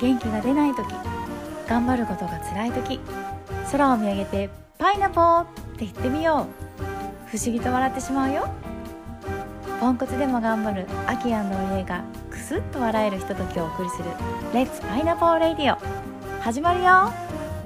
元気が出ない時、頑張ることが辛い時、空を見上げてパイナポーって言ってみよう。不思議と笑ってしまうよ。ポンコツでも頑張るアキ&オリエがクスッと笑えるひとときをお送りするレッツパイナポーレディオ、始まるよ。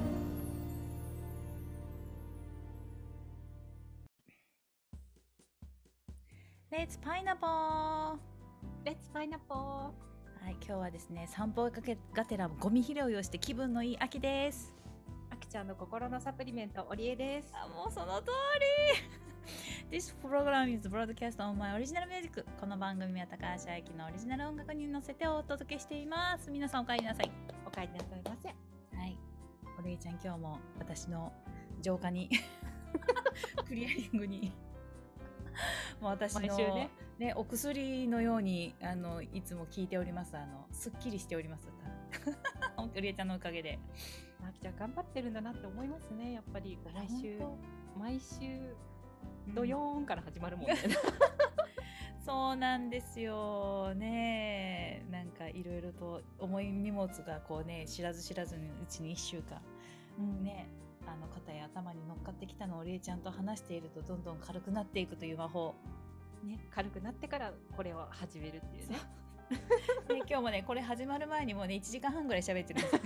レッツパイナポー、 レッツパイナポー。 はい、今日はですね、散歩がてらゴミ拾いをして気分のいい秋です。 あきちゃんの心のサプリメント、オリエです。 あ、もうその通りThis program is broadcast on my original music。 この番組は高橋愛希のオリジナル音楽に乗せてお届けしています。皆さんお帰りなさい。 お帰りなさいませ。 はい、お礼ちゃん、今日も私の浄化にクリアリングにもう私の、ね、お薬のようにいつも聞いております。すっきりしております。お礼ちゃんのおかげで。 あきちゃん頑張ってるんだなって思いますね。やっぱり毎週土曜から始まるもんね。 そうなんですよね。なんかいろいろと重い荷物がこうね、知らず知らずのうちに1週間、ね、肩や頭に乗っかってきたのをりえちゃんと話しているとどんどん軽くなっていくという魔法、 ね、軽くなってからこれを始めるっていうね。 で今日もね、これ始まる前にもうね1時間半ぐらい喋ってるんですよ。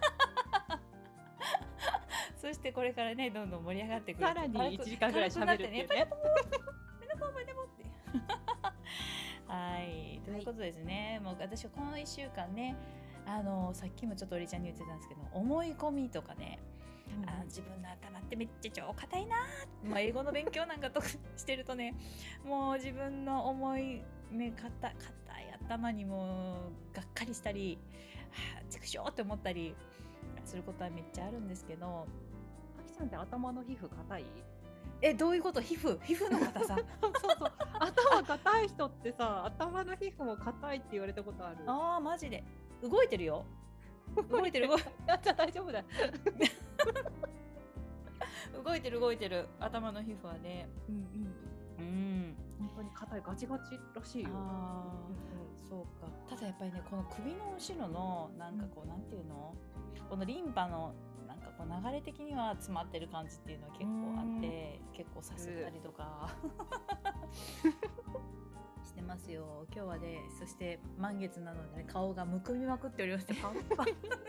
そしてこれからね、どんどん盛り上がってくる。 さらに1時間ぐらい喋るっていうね。 はい、ということですね。もう私はこの1週間ね、さっきもちょっとおりちゃんに言ってたんですけど、思い込みとかね、自分の頭ってめっちゃ超硬いなー、英語の勉強なんかとしてるとね、もう自分の思いね、硬い頭にもがっかりしたり、ちくしょうって思ったりすることはめっちゃあるんですけど。 あきちゃんって頭の皮膚硬い？ どういうこと？皮膚の硬さ。 そう頭硬い人ってさ、頭の皮膚も硬いって言われたことある。 ああ、マジで。動いてるよ。動いてる。 やっちゃ大丈夫だ。 動いてる頭の皮膚はね。 本当に硬い、ガチガチらしいよ。 そうか。ただやっぱりね、この首の後ろのなんかこう、なんていうの、このリンパのなんかこう流れ的には詰まってる感じっていうのは結構あって、結構さすったりとかしてますよ。今日はね、そして満月なので、ね、顔がむくみまくっておりまして、パンパン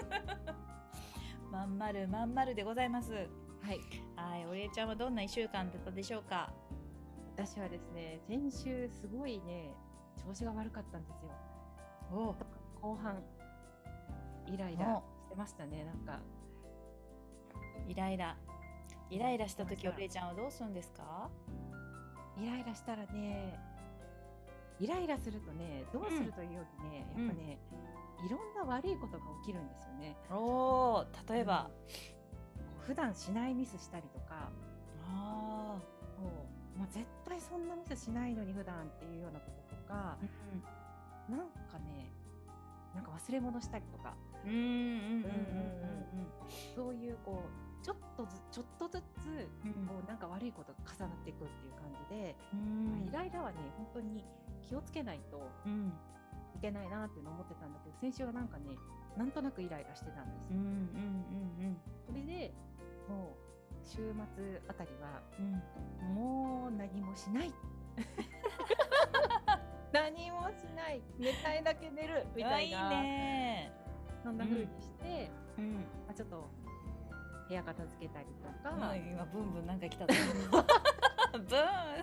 まん丸でございます。はい、おりえちゃんはどんな1週間だったでしょうか？ 私はですね、先週すごいね、調子が悪かったんですよ。後半イライラしてましたね。なんかイライラした時、おりえちゃんはどうするんですか？ イライラしたらね、イライラするとね、どうするというよりね、やっぱね、いろんな悪いことが起きるんですよね。 例えば、 普段しないミスしたりとか、もう絶対そんなミスしないのに普段っていうようなこととか、なんかね、なんか忘れ物したりとか、そういうこうちょっとずつこうなんか悪いことが重なっていくっていう感じで、イライラはね、本当に気をつけないといけないなっていうのを思ってたんだけど、先週はなんかね、なんとなくイライラしてたんですよ。それでもう週末あたりは、もう何もしない何もしない、寝たいだけ寝るみたいな、そんな風にして、ちょっと部屋片付けたりとか、 今ブンブンなんか来たぞブーン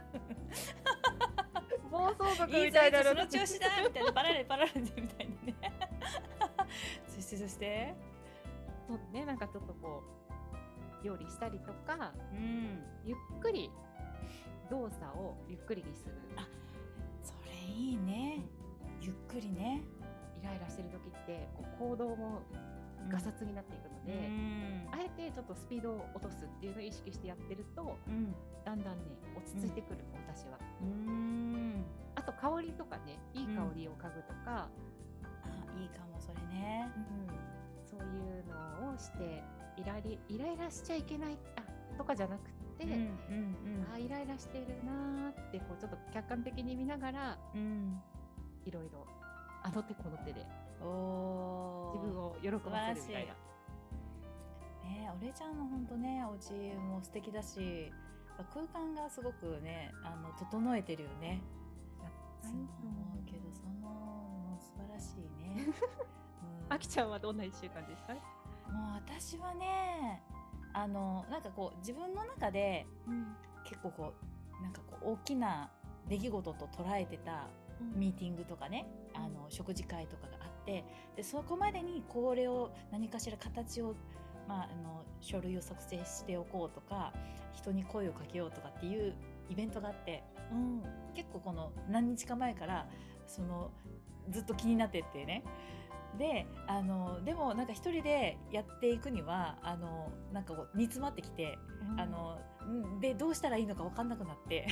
暴走族みたいなその調子だみたいな、パラレみたいなねそしてそうね、なんかちょっとこう料理したりとか、ゆっくり動作をゆっくりにする。 それいいね、ゆっくりね。 イライラしてる時ってこう行動もガサツになっていくので、あえてちょっとスピードを落とすっていうのを意識してやってると、だんだんね、落ち着いてくる、私は。あと香りとかね、いい香りを嗅ぐとか、 いいかもそれね、 そういうのをして、イライラしちゃいけないとかじゃなくて、イライラしてるなーって、こうちょっと客観的に見ながら、いろいろあの手この手で自分を喜ばせるみたいな。 ね、お礼ちゃんの本当ねお家も素敵だし、空間がすごくね整えてるよね。そう思うけど、そのもう素晴らしいね。 あきちゃんはどんな1週間でした？ もう私はねなんかこう自分の中で、結構こうなんかこう大きな出来事と捉えてたミーティングとかね、食事会とかがあって、でそこまでにこれを何かしら形を、書類を作成しておこうとか、人に声をかけようとかっていうイベントがあって、結構この何日か前からずっと気になってってね。ででもなんか一人でやっていくにはなんかこう煮詰まってきて、でどうしたらいいのか分かんなくなって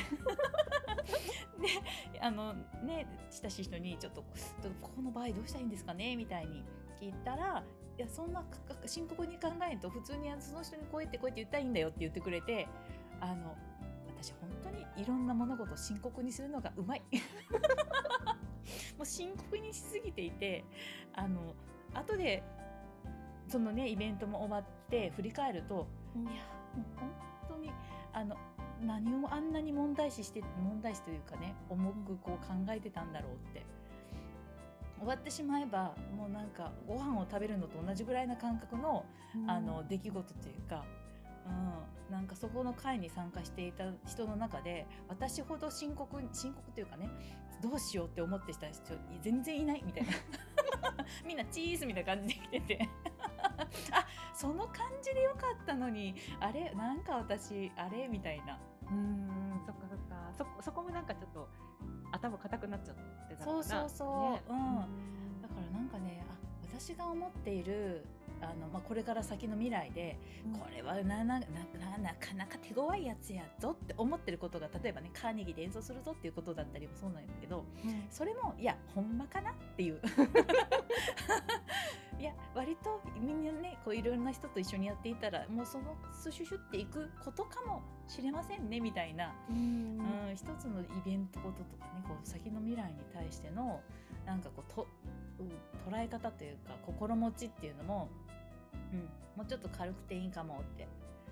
でね、親しい人にちょっとこの場合どうしたらいいんですかねみたいに聞いたら、いやそんな深刻に考えんと普通にその人にこうやって言ったらいいんだよって言ってくれて、私本当にいろんな物事を深刻にするのがうまいもう深刻にしすぎていて、後でそのねイベントも終わって振り返ると、いやもう本当に何をあんなに問題視というかね重くこう考えてたんだろうって、終わってしまえばもうなんかご飯を食べるのと同じぐらいな感覚の、出来事というか、なんかそこの会に参加していた人の中で私ほど深刻というかね、どうしようって思ってた人全然いないみたいなみんなチーズみたいな感じで来ててあ、その感じでよかったのに、あれなんか私あれみたいな。 そっかそっか、そこもなんかちょっと頭固くなっちゃってたのかな。そう、 ね、 だからなんかね、私が思っているこれから先の未来で、これはなかなか手強いやつやぞって思ってることが、例えばねカーネギーで演奏するぞっていうことだったりもそうなんだけど、それもいやほんまかなっていういや割とみんなねこういろんな人と一緒にやっていたらもうそのスシュシュっていくことかもしれませんねみたいな、一つのイベントこととかね、こう先の未来に対してのなんかこう捉え方というか心持ちっていうのも、もうちょっと軽くていいかもって。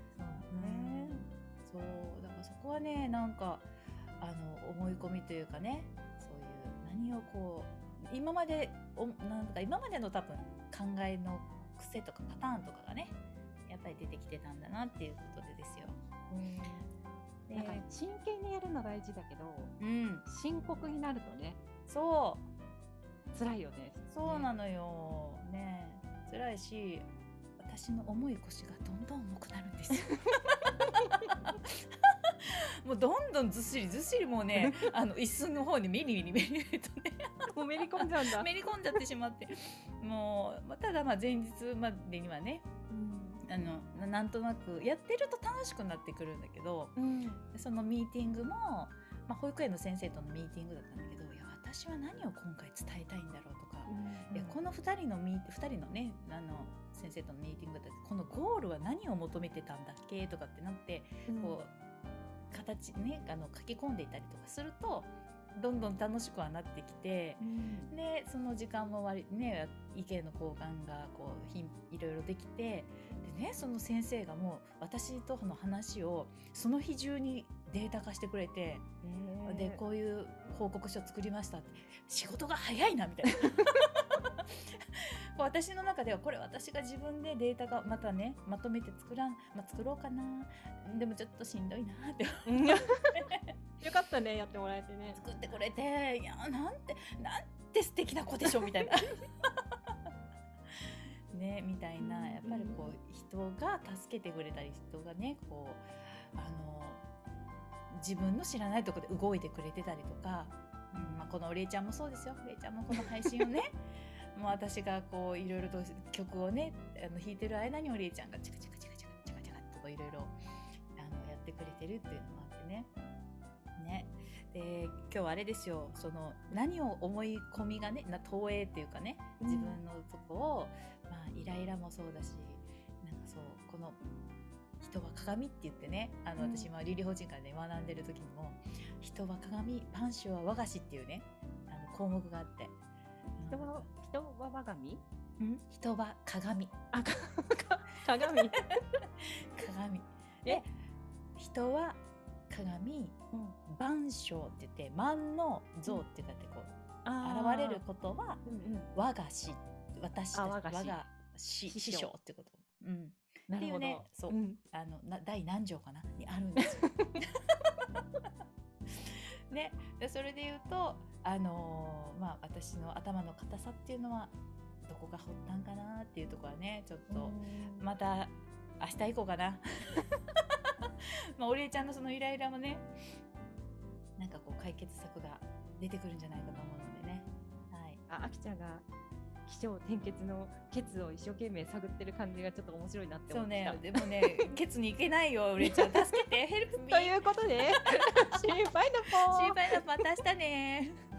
そうだからそこはねなんか思い込みというかね、そういう何をこう今までの多分考えの癖とかパターンとかがねやっぱり出てきてたんだなっていうことでですよ。 なんか真剣にやるの大事だけど、深刻になるとね、 そう辛いよね。 そうなのよね、辛いし、私の重い腰がどんどん重くなるんですよもうどんどんずっしりもうね椅子の方にメリとねもうめり込んじゃうんだめり込んじゃってしまってもうただ前日までにはね、なんとなくやってると楽しくなってくるんだけど、そのミーティングも、保育園の先生とのミーティングだったんだけど、いや私は何を今回伝えたいんだろうとか、いやこの2人のね先生とのミーティングだってこのゴールは何を求めてたんだっけとかってなって、こう形ね書き込んでいたりとかするとどんどん楽しくはなってきて、でその時間もね意見の交換がこういろいろできて、でねその先生がもう私との話をその日中にデータ化してくれて、でこういう報告書作りましたって、仕事が早いなみたいな私の中ではこれ私が自分でデータがまたねまとめて作ろうかな、でもちょっとしんどいなってよかったね、やってもらえてね。 作ってくれて、いやなんて素敵な子でしょみたいなねみたいな、やっぱりこう人が助けてくれたり、人がねこう自分の知らないところで動いてくれてたりとか、このお礼ちゃんもそうですよ。お礼ちゃんもこの配信をねもう私がこういろいろと曲をね弾いてる間にお礼ちゃんがチカチカといろいろやってくれてるっていうのもあってね。で今日はあれですよ、その何を思い込みがね投影っていうかね、自分のとこを、イライラもそうだし、なんかそうこの人は鏡って言ってね、私もリリ法人会で学んでる時にも人は鏡、パンシュは和菓子っていうね項目があって、 は我が身？ 人は鏡。 あ、鏡。 鏡。で、人は鏡、万象って言って、万の像って言ってこう、現れることは、我が師、私たち、我が師匠ってこと。っていうね、そう、第何条かなにあるんですよ。ね、でそれで言うと、私の頭の硬さっていうのはどこが発端かなっていうところはね、ちょっとまた明日以降かな。おりえちゃんのそのイライラもね、なんかこう解決策が出てくるんじゃないかと思うのでね。はい。 あきちゃんが起承転結のケツを一生懸命探ってる感じがちょっと面白いなって思ってた。 そうね、でもね、ケツに行けないよ、おりえちゃん、助けて、ヘルプミー。 ということで、心配なポー。 心配なポー、また明日ね。